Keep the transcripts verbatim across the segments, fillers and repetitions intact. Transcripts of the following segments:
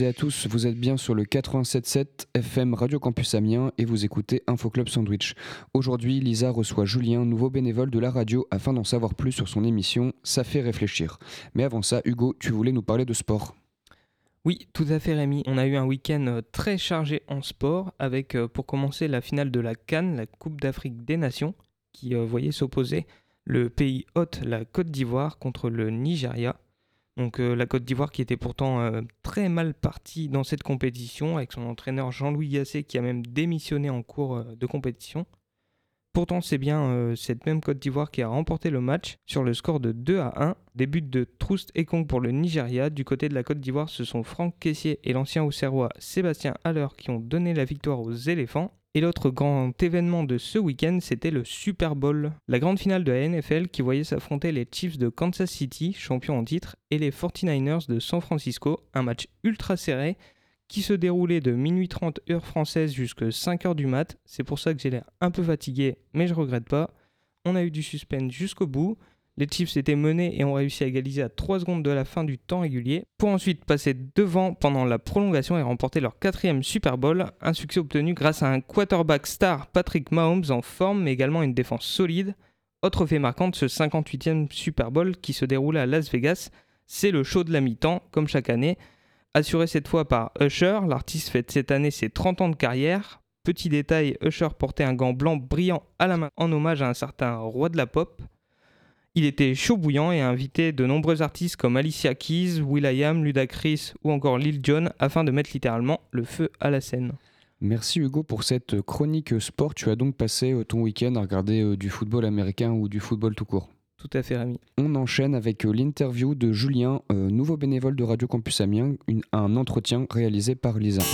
et à tous, vous êtes bien sur le quatre-vingt-sept virgule sept F M Radio Campus Amiens et vous écoutez Info Club Sandwich. Aujourd'hui, Lisa reçoit Julien, nouveau bénévole de la radio, afin d'en savoir plus sur son émission Ça fait réfléchir. Mais avant ça, Hugo, tu voulais nous parler de sport. Oui, tout à fait Rémi. On a eu un week-end très chargé en sport avec pour commencer la finale de la CAN, la Coupe d'Afrique des Nations, qui euh, voyait s'opposer le pays hôte, la Côte d'Ivoire, contre le Nigeria. Donc euh, la Côte d'Ivoire qui était pourtant euh, très mal partie dans cette compétition avec son entraîneur Jean-Louis Gasset qui a même démissionné en cours euh, de compétition. Pourtant c'est bien euh, cette même Côte d'Ivoire qui a remporté le match sur le score de deux à un. Des buts de Troust et Kong pour le Nigeria. Du côté de la Côte d'Ivoire, ce sont Franck Caissier et l'ancien Auxerrois Sébastien Haller qui ont donné la victoire aux éléphants. Et l'autre grand événement de ce week-end, c'était le Super Bowl, la grande finale de la N F L qui voyait s'affronter les Chiefs de Kansas City, champions en titre, et les forty-niners de San Francisco, un match ultra serré qui se déroulait de minuit trente heure française jusqu'à cinq heures du mat. C'est pour ça que j'ai l'air un peu fatigué, mais je regrette pas. On a eu du suspense jusqu'au bout. Les Chiefs étaient menés et ont réussi à égaliser à trois secondes de la fin du temps régulier, pour ensuite passer devant pendant la prolongation et remporter leur quatrième Super Bowl, un succès obtenu grâce à un quarterback star Patrick Mahomes en forme mais également une défense solide. Autre fait marquant de ce cinquante-huitième Super Bowl qui se déroulait à Las Vegas, c'est le show de la mi-temps, comme chaque année, assuré cette fois par Usher. L'artiste fête cette année ses trente ans de carrière. Petit détail, Usher portait un gant blanc brillant à la main en hommage à un certain roi de la pop. Il était chaud bouillant et a invité de nombreux artistes comme Alicia Keys, will.i.am, Ludacris ou encore Lil Jon afin de mettre littéralement le feu à la scène. Merci Hugo pour cette chronique sport. Tu as donc passé ton week-end à regarder du football américain ou du football tout court. Tout à fait Rémi. On enchaîne avec l'interview de Julien, euh, nouveau bénévole de Radio Campus Amiens, une, un entretien réalisé par Lisa.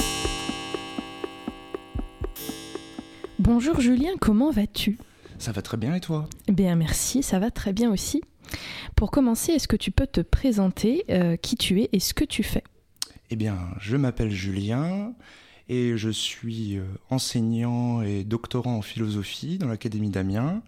Bonjour Julien, comment vas-tu ? Ça va très bien et toi ? Bien merci, ça va très bien aussi. Pour commencer, est-ce que tu peux te présenter euh, qui tu es et ce que tu fais ? Eh bien, je m'appelle Julien et je suis euh, enseignant et doctorant en philosophie dans l'Académie d'Amiens.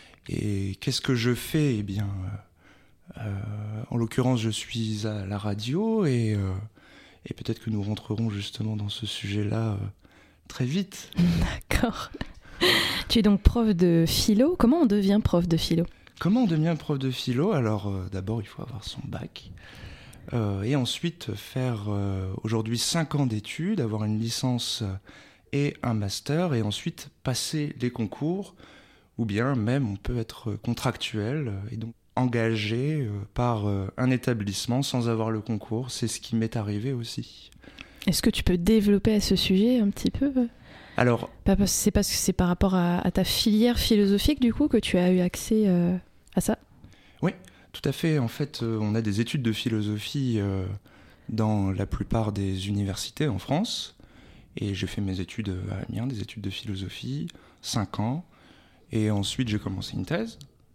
Et qu'est-ce que je fais ? Eh bien, euh, euh, en l'occurrence, je suis à la radio et, euh, et peut-être que nous rentrerons justement dans ce sujet-là euh, très vite. D'accord. Tu es donc prof de philo. Comment on devient prof de philo ? Comment on devient prof de philo ? Alors, euh, d'abord, il faut avoir son bac. Euh, et ensuite, faire euh, aujourd'hui cinq ans d'études, avoir une licence et un master, et ensuite passer les concours. Ou bien même, on peut être contractuel et donc engagé euh, par euh, un établissement sans avoir le concours. C'est ce qui m'est arrivé aussi. Est-ce que tu peux développer à ce sujet un petit peu ? Alors, Pas parce- c'est parce que c'est par rapport à, à ta filière philosophique du coup que tu as eu accès euh, à ça ? oui, tout à fait. En fait, euh, on a des études de philosophie euh, dans la plupart des universités en France. Et j'ai fait mes études à Amiens, des études de philosophie, cinq ans. Et ensuite, j'ai commencé une thèse.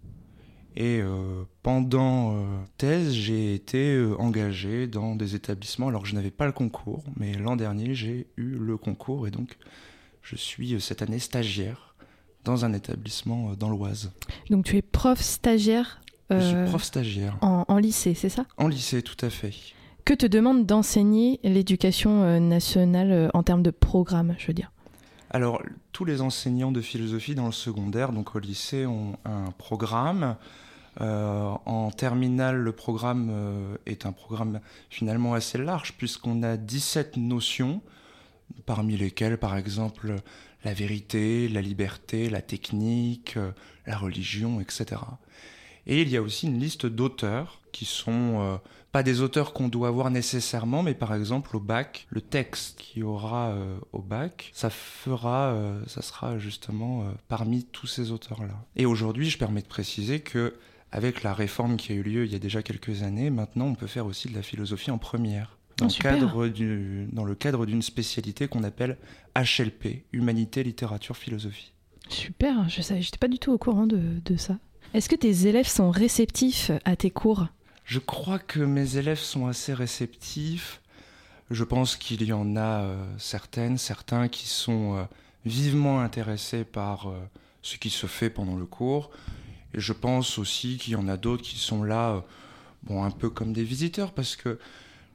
Et euh, pendant euh, thèse, j'ai été euh, engagé dans des établissements. Alors, je n'avais pas le concours, mais l'an dernier, j'ai eu le concours. Et donc, je suis euh, cette année stagiaire dans un établissement euh, dans l'Oise. Donc tu es prof stagiaire Je euh, suis prof stagiaire. en, en lycée, c'est ça ? En lycée, tout à fait. Que te demande d'enseigner l'éducation euh, nationale euh, en termes de programme, je veux dire ? Alors, tous les enseignants de philosophie dans le secondaire, donc au lycée, ont un programme. Euh, en terminale, le programme euh, est un programme finalement assez large, puisqu'on a dix-sept notions, parmi lesquelles, par exemple, la vérité, la liberté, la technique, euh, la religion, et cetera. Et il y a aussi une liste d'auteurs qui sont euh, pas des auteurs qu'on doit avoir nécessairement, mais par exemple au bac, le texte qu'il y aura euh, au bac, ça fera, euh, ça sera justement euh, parmi tous ces auteurs-là. Et aujourd'hui, je permets de préciser que avec la réforme qui a eu lieu il y a déjà quelques années, maintenant on peut faire aussi de la philosophie en première. Dans, Oh, le, super. cadre du, dans le cadre d'une spécialité qu'on appelle H L P, Humanité, Littérature, Philosophie. Super, je savais, j'étais pas du tout au courant de, de ça. Est-ce que tes élèves sont réceptifs à tes cours ? Je crois que mes élèves sont assez réceptifs. Je pense qu'il y en a euh, certaines, certains qui sont euh, vivement intéressés par euh, ce qui se fait pendant le cours. Et je pense aussi qu'il y en a d'autres qui sont là, euh, bon, un peu comme des visiteurs, parce que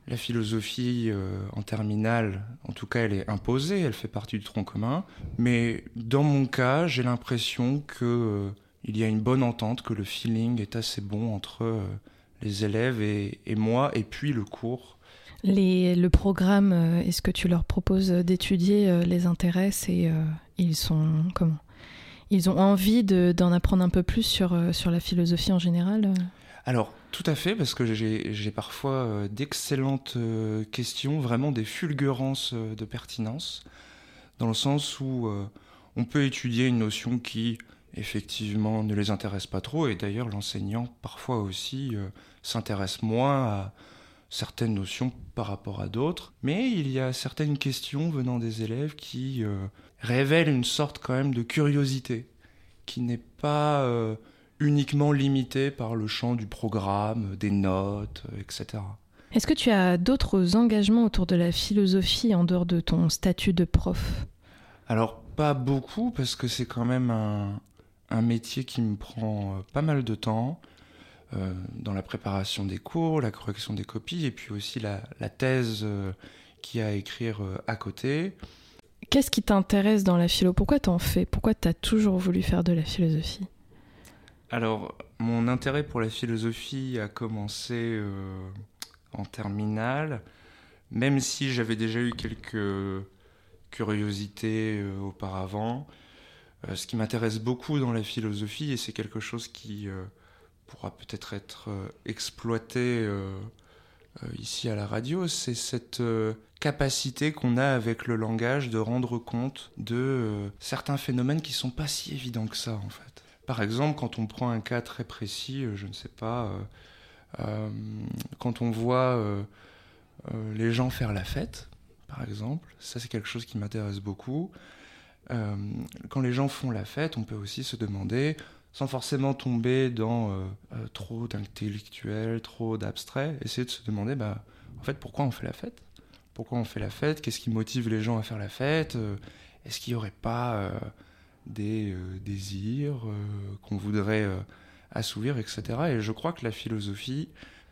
la philosophie euh, en terminale, en tout cas, elle est imposée, elle fait partie du tronc commun. Mais dans mon cas, j'ai l'impression qu'il euh, y a une bonne entente, que le feeling est assez bon entre euh, les élèves et, et moi, et puis le cours. Les, le programme, euh, est-ce que tu leur proposes d'étudier, euh, les intéresse et euh, ils sont comment ? Ils ont envie de, d'en apprendre un peu plus sur, euh, sur la philosophie en général euh Alors, tout à fait, parce que j'ai, j'ai parfois euh, d'excellentes euh, questions, vraiment des fulgurances euh, de pertinence, dans le sens où euh, on peut étudier une notion qui, effectivement, ne les intéresse pas trop, et d'ailleurs, l'enseignant, parfois aussi, euh, s'intéresse moins à certaines notions par rapport à d'autres, mais il y a certaines questions venant des élèves qui euh, révèlent une sorte quand même de curiosité, qui n'est pas euh, uniquement limitée par le champ du programme, des notes, et cetera. Est-ce que tu as d'autres engagements autour de la philosophie en dehors de ton statut de prof ? Alors, pas beaucoup, parce que c'est quand même un, un métier qui me prend euh, pas mal de temps, euh, dans la préparation des cours, la correction des copies, et puis aussi la, la thèse euh, qu'il y a à écrire euh, à côté. Qu'est-ce qui t'intéresse dans la philo ? Pourquoi t'en fais ? Pourquoi t'as toujours voulu faire de la philosophie ? Alors, mon intérêt pour la philosophie a commencé euh, en terminale, même si j'avais déjà eu quelques curiosités euh, auparavant. Euh, ce qui m'intéresse beaucoup dans la philosophie, et c'est quelque chose qui euh, pourra peut-être être euh, exploité euh, euh, ici à la radio, c'est cette euh, capacité qu'on a avec le langage de rendre compte de euh, certains phénomènes qui sont pas si évidents que ça, en fait. Par exemple, quand on prend un cas très précis, euh, je ne sais pas, euh, euh, quand on voit euh, euh, les gens faire la fête, par exemple, ça c'est quelque chose qui m'intéresse beaucoup. Euh, quand les gens font la fête, on peut aussi se demander, sans forcément tomber dans euh, euh, trop d'intellectuel, trop d'abstrait, essayer de se demander, bah, en fait, pourquoi on fait la fête ? Pourquoi on fait la fête ? Qu'est-ce qui motive les gens à faire la fête ? euh, Est-ce qu'il n'y aurait pas euh, des euh, désirs euh, qu'on voudrait euh, assouvir, et cetera. Et je crois que la philosophie,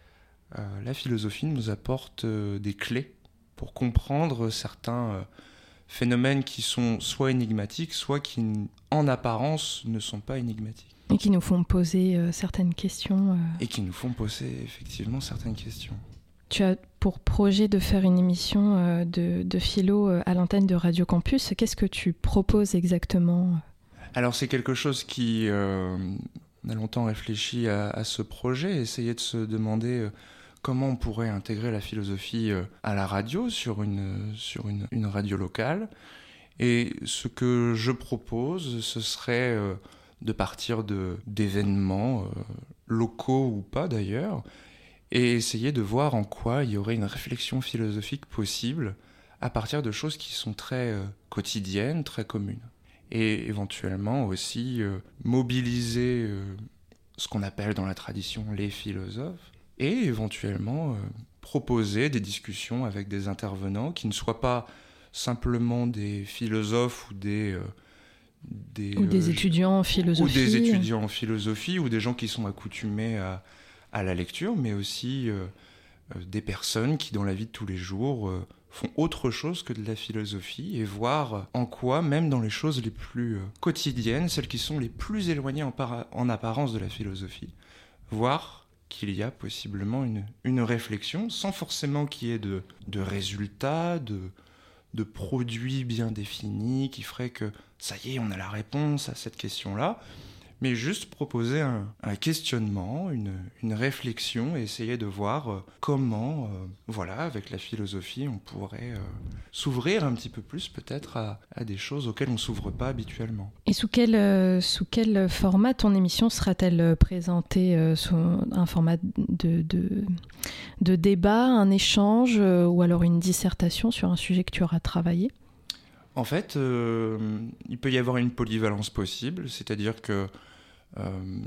euh, la philosophie nous apporte euh, des clés pour comprendre certains euh, phénomènes qui sont soit énigmatiques, soit qui, en apparence, ne sont pas énigmatiques. Et qui nous font poser euh, certaines questions. Euh... Et qui nous font poser effectivement certaines questions. Tu as pour projet de faire une émission euh, de, de philo euh, à l'antenne de Radio Campus. Qu'est-ce que tu proposes exactement ? Alors c'est quelque chose qui... Euh, on a longtemps réfléchi à, à ce projet, essayer de se demander... Euh, comment on pourrait intégrer la philosophie à la radio, sur une, sur une, une radio locale. Et ce que je propose, ce serait de partir de, d'événements locaux ou pas d'ailleurs, et essayer de voir en quoi il y aurait une réflexion philosophique possible à partir de choses qui sont très quotidiennes, très communes. Et éventuellement aussi mobiliser ce qu'on appelle dans la tradition les philosophes, et éventuellement euh, proposer des discussions avec des intervenants qui ne soient pas simplement des philosophes ou des... Euh, des ou des euh, étudiants en philosophie. Ou des étudiants en philosophie, ou des gens qui sont accoutumés à, à la lecture, mais aussi euh, euh, des personnes qui, dans la vie de tous les jours, euh, font autre chose que de la philosophie, et voir en quoi, même dans les choses les plus euh, quotidiennes, celles qui sont les plus éloignées en, para- en apparence de la philosophie, voir qu'il y a possiblement une, une réflexion, sans forcément qu'il y ait de, de résultats, de, de produits bien définis, qui ferait que ça y est, on a la réponse à cette question-là, mais juste proposer un, un questionnement, une, une réflexion, et essayer de voir euh, comment, euh, voilà, avec la philosophie, on pourrait euh, s'ouvrir un petit peu plus peut-être à, à des choses auxquelles on ne s'ouvre pas habituellement. Et sous quel, euh, sous quel format ton émission sera-t-elle présentée, euh, sous un format de, de, de débat, un échange, euh, ou alors une dissertation sur un sujet que tu auras travaillé ? En fait, euh, il peut y avoir une polyvalence possible, c'est-à-dire que Euh,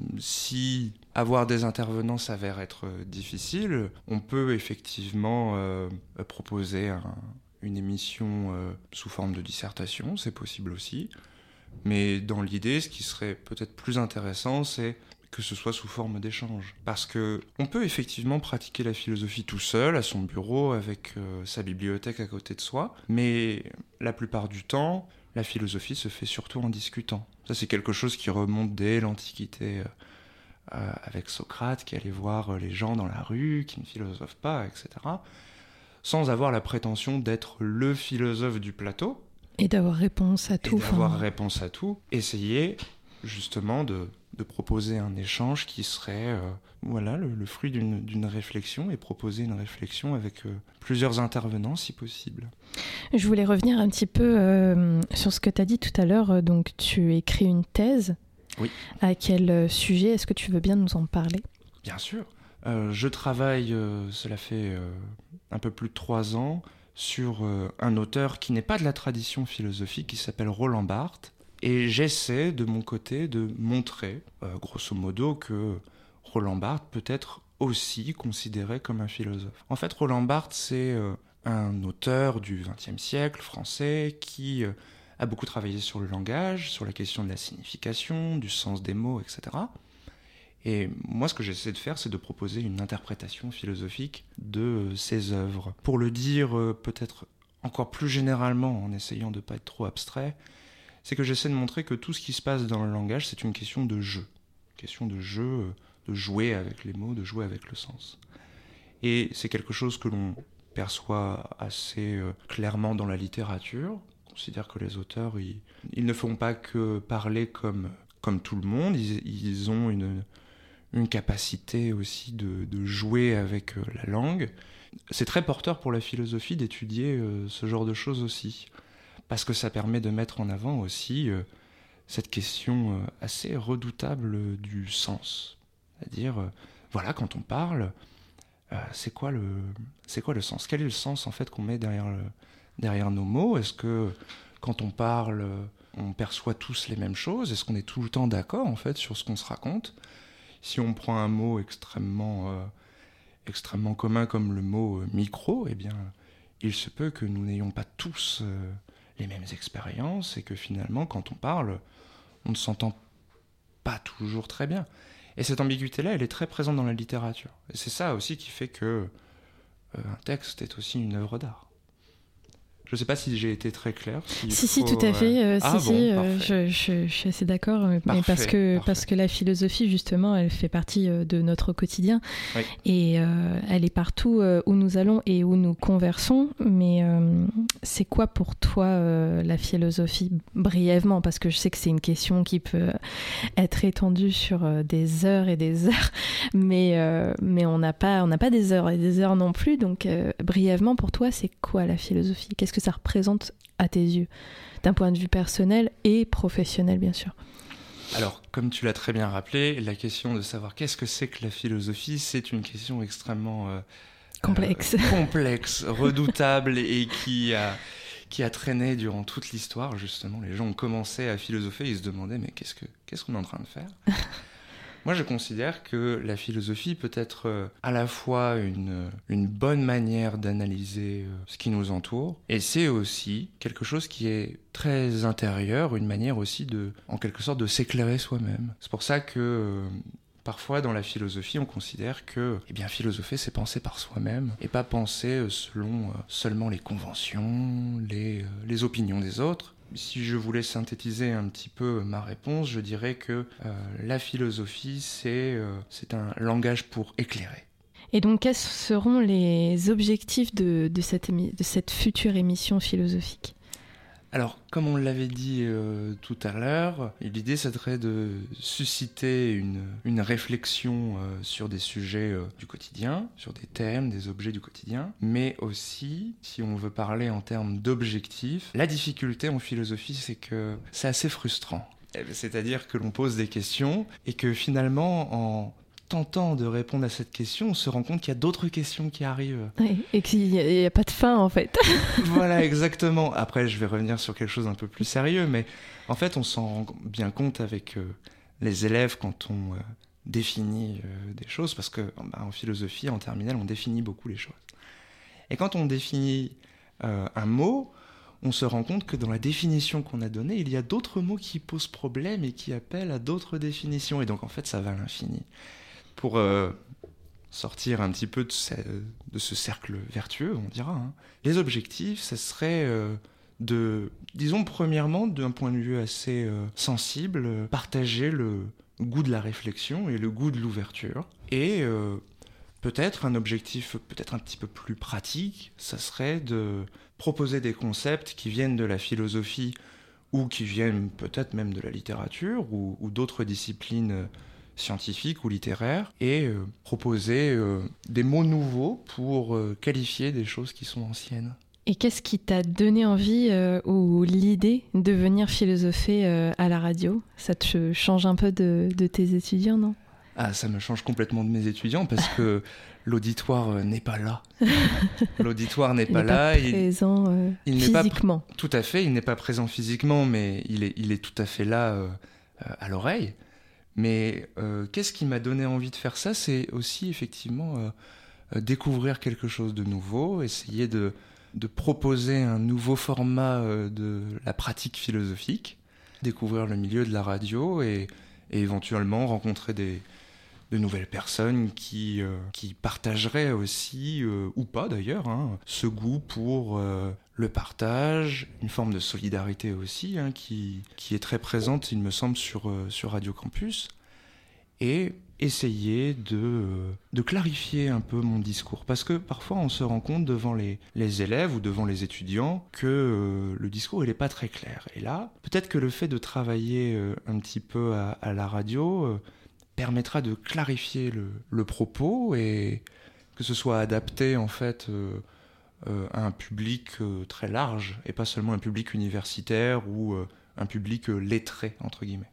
si avoir des intervenants s'avère être difficile, on peut effectivement euh, proposer un, une émission euh, sous forme de dissertation, c'est possible aussi. Mais dans l'idée, ce qui serait peut-être plus intéressant, c'est que ce soit sous forme d'échange. Parce qu'on peut effectivement pratiquer la philosophie tout seul, à son bureau, avec euh, sa bibliothèque à côté de soi, mais la plupart du temps, la philosophie se fait surtout en discutant. Ça, c'est quelque chose qui remonte dès l'Antiquité, euh, euh, avec Socrate, qui allait voir les gens dans la rue, qui ne philosophent pas, et cetera, sans avoir la prétention d'être le philosophe du plateau. Et d'avoir réponse à tout. Et d'avoir enfin... réponse à tout. Essayer, justement, de, de proposer un échange qui serait euh, voilà, le, le fruit d'une, d'une réflexion, et proposer une réflexion avec euh, plusieurs intervenants, si possible. Je voulais revenir un petit peu euh, sur ce que tu as dit tout à l'heure. Donc, tu écris une thèse. Oui. À quel sujet? Est-ce que tu veux bien nous en parler? Bien sûr. Euh, je travaille, euh, cela fait euh, un peu plus de trois ans, sur euh, un auteur qui n'est pas de la tradition philosophique, qui s'appelle Roland Barthes. Et j'essaie, de mon côté, de montrer, euh, grosso modo, que Roland Barthes peut être aussi considéré comme un philosophe. En fait, Roland Barthes, c'est euh, un auteur du vingtième siècle français qui euh, a beaucoup travaillé sur le langage, sur la question de la signification, du sens des mots, et cetera. Et moi, ce que j'essaie de faire, c'est de proposer une interprétation philosophique de ses œuvres. Pour le dire euh, peut-être encore plus généralement, en essayant de ne pas être trop abstrait, c'est que j'essaie de montrer que tout ce qui se passe dans le langage, c'est une question de jeu. Une question de jeu, euh, de jouer avec les mots, de jouer avec le sens. Et c'est quelque chose que l'on perçoit assez euh, clairement dans la littérature. On considère que les auteurs, ils, ils ne font pas que parler comme, comme tout le monde, ils, ils ont une... une capacité aussi de, de jouer avec euh, la langue. C'est très porteur pour la philosophie d'étudier euh, ce genre de choses aussi, parce que ça permet de mettre en avant aussi euh, cette question euh, assez redoutable du sens. C'est-à-dire, euh, voilà, quand on parle, euh, c'est quoi le, c'est quoi le sens? Quel est le sens en fait qu'on met derrière, le, derrière nos mots? Est-ce que quand on parle, on perçoit tous les mêmes choses? Est-ce qu'on est tout le temps d'accord en fait sur ce qu'on se raconte? Si on prend un mot extrêmement, euh, extrêmement commun comme le mot euh, micro, eh bien, il se peut que nous n'ayons pas tous euh, les mêmes expériences et que finalement, quand on parle, on ne s'entend pas toujours très bien. Et cette ambiguïté-là, elle est très présente dans la littérature. Et c'est ça aussi qui fait que euh, un texte est aussi une œuvre d'art. Je ne sais pas si j'ai été très clair. Si, faut, si, tout à fait. Euh, ah, si, bon, si, euh, je, je, je suis assez d'accord. Mais parfait, parce, que, parce que la philosophie, justement, elle fait partie de notre quotidien. Oui. Et euh, elle est partout où nous allons et où nous conversons. Mais euh, c'est quoi pour toi euh, la philosophie, brièvement? Parce que je sais que c'est une question qui peut être étendue sur euh, des heures et des heures. Mais, euh, mais on n'a pas, on n'a pas des heures et des heures non plus. Donc, euh, brièvement, pour toi, c'est quoi la philosophie? Qu'est-ce que ça représente à tes yeux, d'un point de vue personnel et professionnel, bien sûr? Alors, comme tu l'as très bien rappelé, la question de savoir qu'est-ce que c'est que la philosophie, c'est une question extrêmement euh, complexe, euh, complexe, redoutable et qui a, qui a traîné durant toute l'histoire. Justement, les gens ont commencé à philosopher, ils se demandaient mais qu'est-ce que qu'est-ce qu'on est en train de faire? Moi, je considère que la philosophie peut être à la fois une, une bonne manière d'analyser ce qui nous entoure, et c'est aussi quelque chose qui est très intérieur, une manière aussi de, en quelque sorte, de s'éclairer soi-même. C'est pour ça que euh, parfois dans la philosophie, on considère que, eh bien, philosopher, c'est penser par soi-même, et pas penser selon euh, seulement les conventions, les, euh, les opinions des autres. Si je voulais synthétiser un petit peu ma réponse, je dirais que euh, la philosophie, c'est, euh, c'est un langage pour éclairer. Et donc, quels seront les objectifs de, de, cette, émi- de cette future émission philosophique ? Alors, comme on l'avait dit euh, tout à l'heure, l'idée serait de susciter une, une réflexion euh, sur des sujets euh, du quotidien, sur des thèmes, des objets du quotidien, mais aussi, si on veut parler en termes d'objectifs, la difficulté en philosophie, c'est que c'est assez frustrant. C'est-à-dire que l'on pose des questions et que finalement, en tentant de répondre à cette question, on se rend compte qu'il y a d'autres questions qui arrivent. Oui, et qu'il n'y a, a pas de fin, en fait. Voilà, exactement. Après, je vais revenir sur quelque chose d'un peu plus sérieux, mais en fait, on s'en rend bien compte avec euh, les élèves quand on euh, définit euh, des choses, parce que bah, en philosophie, en terminale, on définit beaucoup les choses. Et quand on définit euh, un mot, on se rend compte que dans la définition qu'on a donnée, il y a d'autres mots qui posent problème et qui appellent à d'autres définitions. Et donc, en fait, ça va à l'infini. Pour euh, sortir un petit peu de ce, de ce cercle vertueux, on dira, hein, les objectifs, ça serait euh, de, disons, premièrement, d'un point de vue assez euh, sensible, euh, partager le goût de la réflexion et le goût de l'ouverture. Et euh, peut-être un objectif peut-être un petit peu plus pratique, ça serait de proposer des concepts qui viennent de la philosophie ou qui viennent peut-être même de la littérature ou, ou d'autres disciplines scientifiques ou littéraires et euh, proposer euh, des mots nouveaux pour euh, qualifier des choses qui sont anciennes. Et qu'est-ce qui t'a donné envie euh, ou l'idée de venir philosopher euh, à la radio ? Ça te change un peu de, de tes étudiants, non ? Ah, ça me change complètement de mes étudiants parce que l'auditoire euh, n'est pas là. L'auditoire n'est il pas n'est là. Pas présent euh, il, il physiquement. N'est pas, tout à fait, il n'est pas présent physiquement, mais il est, il est tout à fait là euh, à l'oreille. Mais euh, qu'est-ce qui m'a donné envie de faire ça ? C'est aussi effectivement euh, découvrir quelque chose de nouveau, essayer de, de proposer un nouveau format euh, de la pratique philosophique, découvrir le milieu de la radio et, et éventuellement rencontrer des, de nouvelles personnes qui, euh, qui partageraient aussi, euh, ou pas d'ailleurs, hein, ce goût pour euh, le partage, une forme de solidarité aussi, hein, qui, qui est très présente, il me semble, sur, euh, sur Radio Campus, et essayer de, euh, de clarifier un peu mon discours. Parce que parfois, on se rend compte devant les, les élèves ou devant les étudiants que euh, le discours, il n'est pas très clair. Et là, peut-être que le fait de travailler euh, un petit peu à, à la radio euh, permettra de clarifier le, le propos et que ce soit adapté, en fait, euh, euh, à un public euh, très large et pas seulement un public universitaire ou euh, un public euh, lettré, entre guillemets.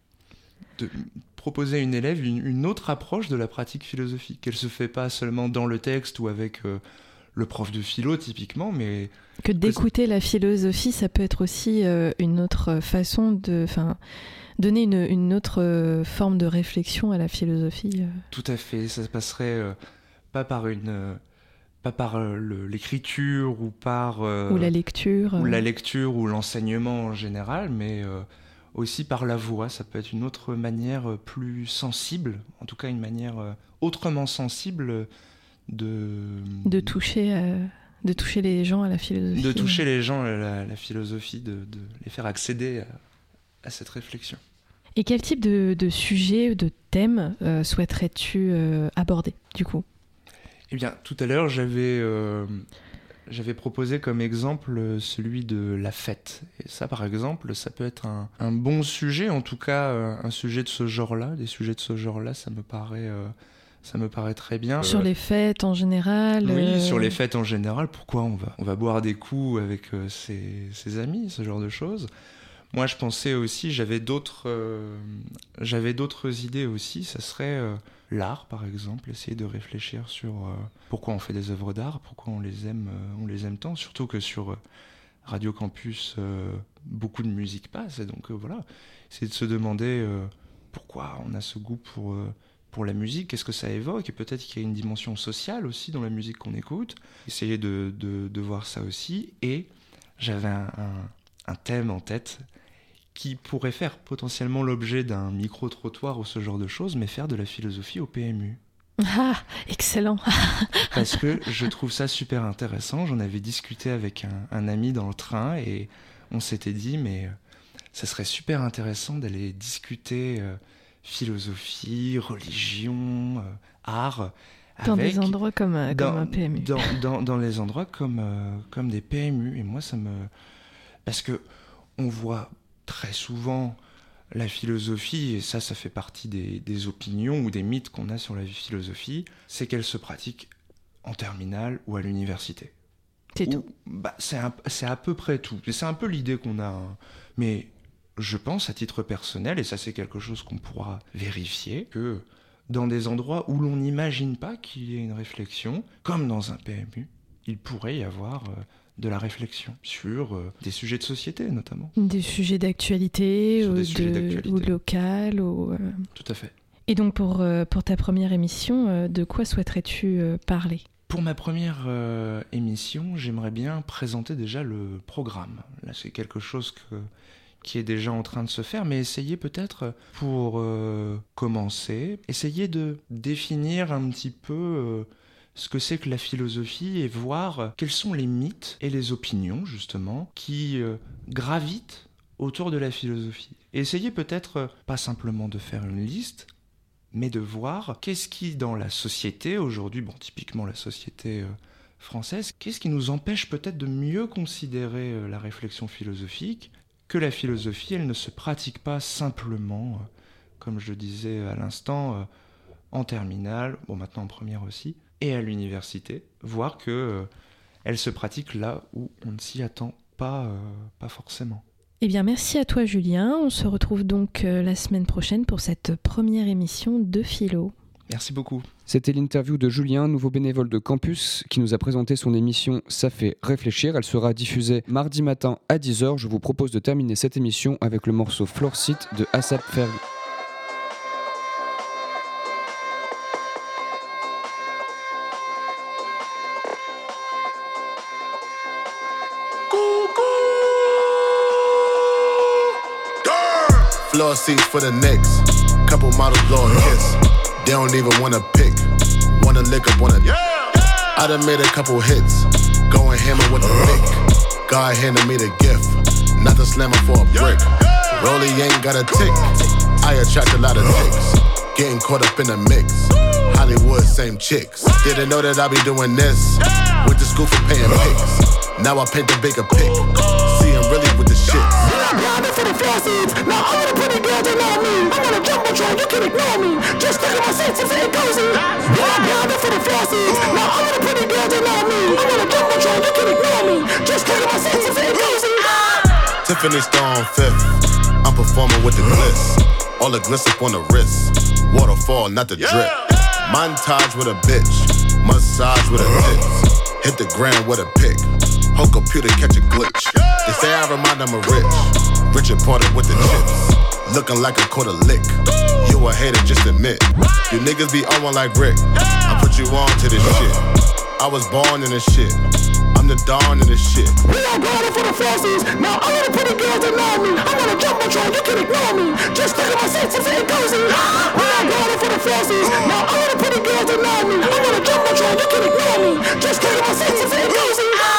De proposer à une élève une, une autre approche de la pratique philosophique, qu'elle ne se fait pas seulement dans le texte ou avec euh, le prof de philo typiquement, mais... Que d'écouter que la philosophie, ça peut être aussi euh, une autre façon de... Enfin, donner une, une autre euh, forme de réflexion à la philosophie. Euh. Tout à fait, ça passerait euh, pas par une... Euh, pas par euh, le, l'écriture ou par... Euh, ou la lecture. Ou euh. la lecture ou l'enseignement en général, mais... Euh, aussi par la voix, ça peut être une autre manière plus sensible, en tout cas une manière autrement sensible de... De toucher, euh, de toucher les gens à la philosophie. De toucher les gens à la, la philosophie, de, de les faire accéder à, à cette réflexion. Et quel type de, de sujet, de thème euh, souhaiterais-tu euh, aborder, du coup ? Eh bien, tout à l'heure, j'avais... Euh, J'avais proposé comme exemple celui de la fête. Et ça, par exemple, ça peut être un, un bon sujet, en tout cas un sujet de ce genre-là. Des sujets de ce genre-là, ça me paraît, euh, ça me paraît très bien. Sur euh, les fêtes en général Oui, euh... sur les fêtes en général. Pourquoi on va, on va boire des coups avec euh, ses, ses amis, ce genre de choses. Moi, je pensais aussi, j'avais d'autres, euh, j'avais d'autres idées aussi. Ça serait euh, l'art, par exemple, essayer de réfléchir sur euh, pourquoi on fait des œuvres d'art, pourquoi on les aime, euh, on les aime tant. Surtout que sur euh, Radio Campus, euh, beaucoup de musique passe. Et donc euh, voilà, essayer de se demander euh, pourquoi on a ce goût pour euh, pour la musique, qu'est-ce que ça évoque, et peut-être qu'il y a une dimension sociale aussi dans la musique qu'on écoute. Essayer de de, de voir ça aussi. Et j'avais un, un, un thème en tête qui pourrait faire potentiellement l'objet d'un micro-trottoir ou ce genre de choses, mais faire de la philosophie au P M U. Ah, excellent. Parce que je trouve ça super intéressant. J'en avais discuté avec un, un ami dans le train et on s'était dit, mais euh, ça serait super intéressant d'aller discuter euh, philosophie, religion, euh, art. Dans avec, des endroits comme, euh, dans, comme un P M U. Dans, dans, dans les endroits comme, euh, comme des P M U. Et moi, ça me... Parce que on voit très souvent la philosophie, et ça, ça fait partie des, des opinions ou des mythes qu'on a sur la philosophie, c'est qu'elle se pratique en terminale ou à l'université. C'est ou, tout. Bah, c'est, un, c'est à peu près tout. Et c'est un peu l'idée qu'on a. Hein. Mais je pense, à titre personnel, et ça c'est quelque chose qu'on pourra vérifier, que dans des endroits où l'on n'imagine pas qu'il y ait une réflexion, comme dans un P M U, il pourrait y avoir... Euh, de la réflexion sur euh, des sujets de société, notamment. Des sujets d'actualité, ou, des de, sujets d'actualité. ou local. Ou, euh... Tout à fait. Et donc, pour, euh, pour ta première émission, euh, de quoi souhaiterais-tu euh, parler ? Pour ma première euh, émission, j'aimerais bien présenter déjà le programme. Là, c'est quelque chose que, qui est déjà en train de se faire, mais essayez peut-être, pour euh, commencer, essayez de définir un petit peu euh, ce que c'est que la philosophie et voir quels sont les mythes et les opinions, justement, qui euh, gravitent autour de la philosophie. Et essayez peut-être, euh, pas simplement de faire une liste, mais de voir qu'est-ce qui, dans la société aujourd'hui, bon, typiquement la société euh, française, qu'est-ce qui nous empêche peut-être de mieux considérer euh, la réflexion philosophique, que la philosophie, elle ne se pratique pas simplement, euh, comme je disais à l'instant, euh, en terminale, bon, maintenant en première aussi, et à l'université, voir que euh, elle se pratique là où on ne s'y attend pas, euh, pas forcément. Eh bien, merci à toi, Julien. On se retrouve donc euh, la semaine prochaine pour cette première émission de Philo. Merci beaucoup. C'était l'interview de Julien, nouveau bénévole de campus, qui nous a présenté son émission Ça fait réfléchir. Elle sera diffusée mardi matin à dix heures. Je vous propose de terminer cette émission avec le morceau Floor Seat de Asap Ferg. Floor seats for the Knicks. Couple models blow a kiss. They don't even wanna pick. Wanna lick up on a dick. I done made a couple hits. Going hammer with the pick. God handed me the gift. Not the slammer for a brick. Rollie ain't got a tick. I attract a lot of ticks. Getting caught up in the mix. Hollywood, same chicks. Didn't know that I be doing this. Went to school for paying pics. Now I paint the bigger pic. See him really with the shit. I'm blinded for the flossies. Now all the pretty girls they know me. I'm on a jumbotron, you can ignore me. Just look at my senses, ain't cozy. I'm blinded for the flossies. Now all the pretty girls they know me. I'm on a jumbotron, you can ignore me. Just look at my senses, ain't cozy. Tiffany Stone fifth. I'm performing with the gliss. All the gliss up on the wrist. Waterfall, not the drip. Montage with a bitch. Massage with a tits. Hit the ground with a pick. Whole computer catch a glitch. They say I remind them of Rich. Richard Porter with the chips. Looking like a quarter lick. You a hater, just admit. You niggas be on one like Rick. I put you on to this shit. I was born in this shit. I'm the dawn in this shit. We all blinded for the flossies. Now all the pretty girls they know me. I'm on a jumbotron, you can ignore me. Just look at my senses, ain't cozy. We all blinded for the flossies. Now all the pretty girls they know me. I'm on a jumbotron, you can ignore me. Just look at my senses, ain't cozy.